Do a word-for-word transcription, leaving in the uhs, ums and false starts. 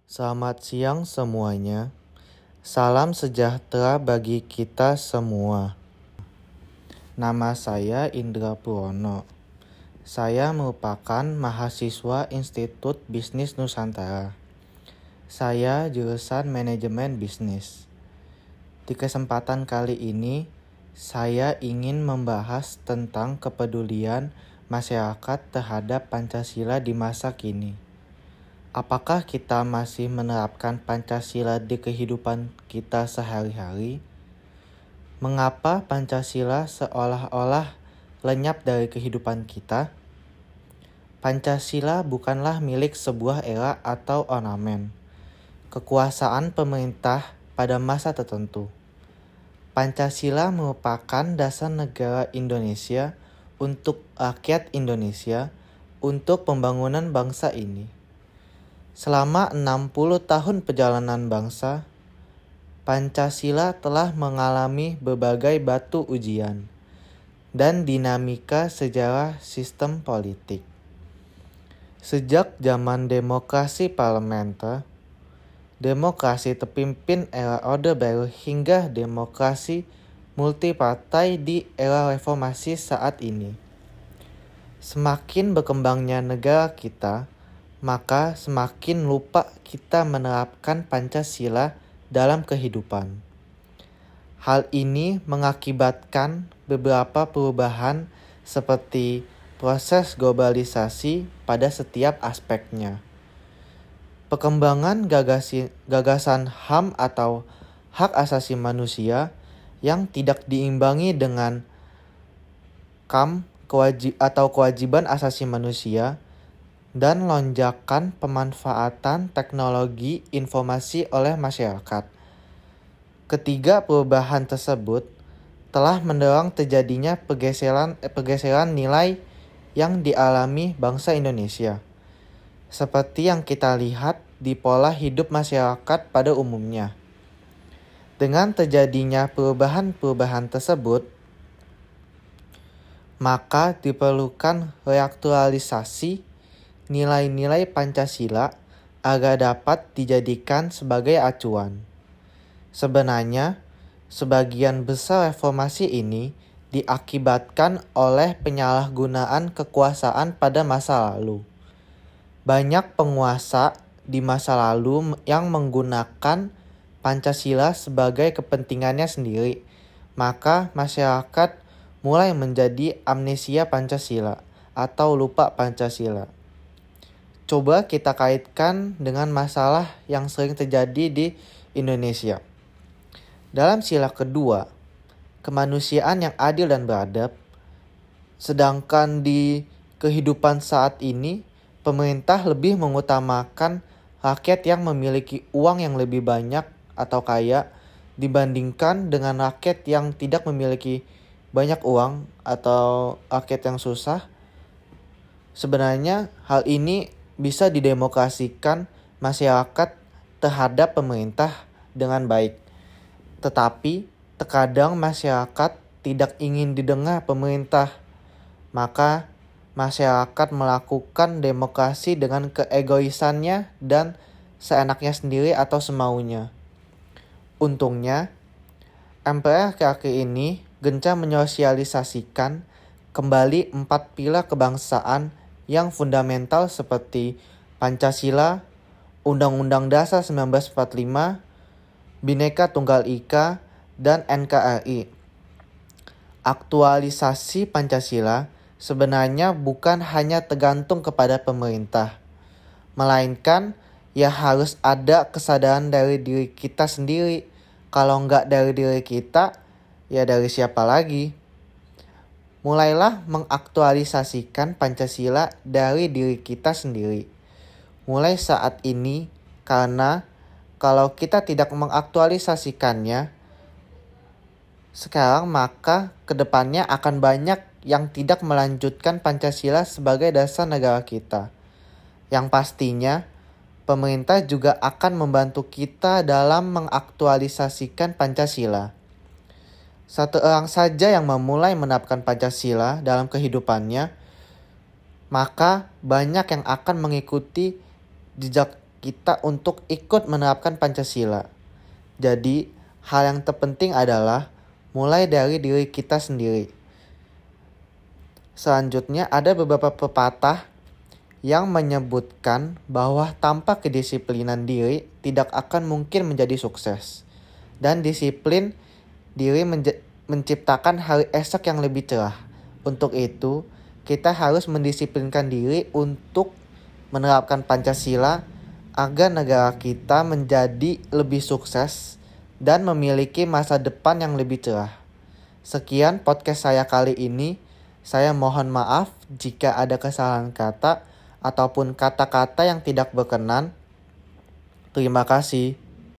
Selamat siang semuanya. Salam sejahtera bagi kita semua. Nama saya Indra Purwono. Saya merupakan mahasiswa Institut Bisnis Nusantara. Saya jurusan Manajemen Bisnis. Di kesempatan kali ini, saya ingin membahas tentang kepedulian masyarakat terhadap Pancasila di masa kini. Apakah kita masih menerapkan Pancasila di kehidupan kita sehari-hari? Mengapa Pancasila seolah-olah lenyap dari kehidupan kita? Pancasila bukanlah milik sebuah era atau ornamen, kekuasaan pemerintah pada masa tertentu. Pancasila merupakan dasar negara Indonesia untuk rakyat Indonesia, untuk pembangunan bangsa ini. Selama enam puluh tahun perjalanan bangsa, Pancasila telah mengalami berbagai batu ujian dan dinamika sejarah sistem politik. Sejak zaman demokrasi parlementer, demokrasi terpimpin era Orde Baru hingga demokrasi multipartai di era reformasi saat ini. Semakin berkembangnya negara kita, maka semakin lupa kita menerapkan Pancasila dalam kehidupan. Hal ini mengakibatkan beberapa perubahan seperti proses globalisasi pada setiap aspeknya. Perkembangan gagasi, gagasan H A M atau hak asasi manusia yang tidak diimbangi dengan K A M kewajib, atau kewajiban asasi manusia, dan lonjakan pemanfaatan teknologi informasi oleh masyarakat. Ketiga perubahan tersebut telah mendorong terjadinya pergeseran, eh, pergeseran nilai yang dialami bangsa Indonesia, seperti yang kita lihat di pola hidup masyarakat pada umumnya. Dengan terjadinya perubahan-perubahan tersebut, maka diperlukan reaktualisasi nilai-nilai Pancasila agar dapat dijadikan sebagai acuan. Sebenarnya, sebagian besar reformasi ini diakibatkan oleh penyalahgunaan kekuasaan pada masa lalu. Banyak penguasa di masa lalu yang menggunakan Pancasila sebagai kepentingannya sendiri, maka masyarakat mulai menjadi amnesia Pancasila atau lupa Pancasila. Coba kita kaitkan dengan masalah yang sering terjadi di Indonesia. Dalam sila kedua, kemanusiaan yang adil dan beradab, sedangkan di kehidupan saat ini, pemerintah lebih mengutamakan rakyat yang memiliki uang yang lebih banyak atau kaya dibandingkan dengan rakyat yang tidak memiliki banyak uang atau rakyat yang susah. Sebenarnya hal ini bisa didemokrasikan masyarakat terhadap pemerintah dengan baik. Tetapi terkadang masyarakat tidak ingin didengar pemerintah, maka masyarakat melakukan demokrasi dengan keegoisannya dan seenaknya sendiri atau semaunya. Untungnya, M P R akhir-akhir ini gencar menyosialisasikan kembali empat pilar kebangsaan yang fundamental seperti Pancasila, Undang-Undang Dasar seribu sembilan ratus empat puluh lima, Bhinneka Tunggal Ika, dan N K R I. Aktualisasi Pancasila sebenarnya bukan hanya tergantung kepada pemerintah, melainkan ya harus ada kesadaran dari diri kita sendiri. Kalau nggak dari diri kita, ya dari siapa lagi? Mulailah mengaktualisasikan Pancasila dari diri kita sendiri. Mulai saat ini, karena kalau kita tidak mengaktualisasikannya sekarang, maka kedepannya akan banyak yang tidak melanjutkan Pancasila sebagai dasar negara kita. Yang pastinya, pemerintah juga akan membantu kita dalam mengaktualisasikan Pancasila. Satu orang saja yang memulai menerapkan Pancasila dalam kehidupannya, maka banyak yang akan mengikuti jejak kita untuk ikut menerapkan Pancasila. Jadi, hal yang terpenting adalah mulai dari diri kita sendiri. Selanjutnya ada beberapa pepatah yang menyebutkan bahwa tanpa kedisiplinan diri tidak akan mungkin menjadi sukses. Dan disiplin diri menje- menciptakan hari esok yang lebih cerah. Untuk itu, kita harus mendisiplinkan diri untuk menerapkan Pancasila agar negara kita menjadi lebih sukses dan memiliki masa depan yang lebih cerah. Sekian podcast saya kali ini. Saya mohon maaf jika ada kesalahan kata ataupun kata-kata yang tidak berkenan. Terima kasih.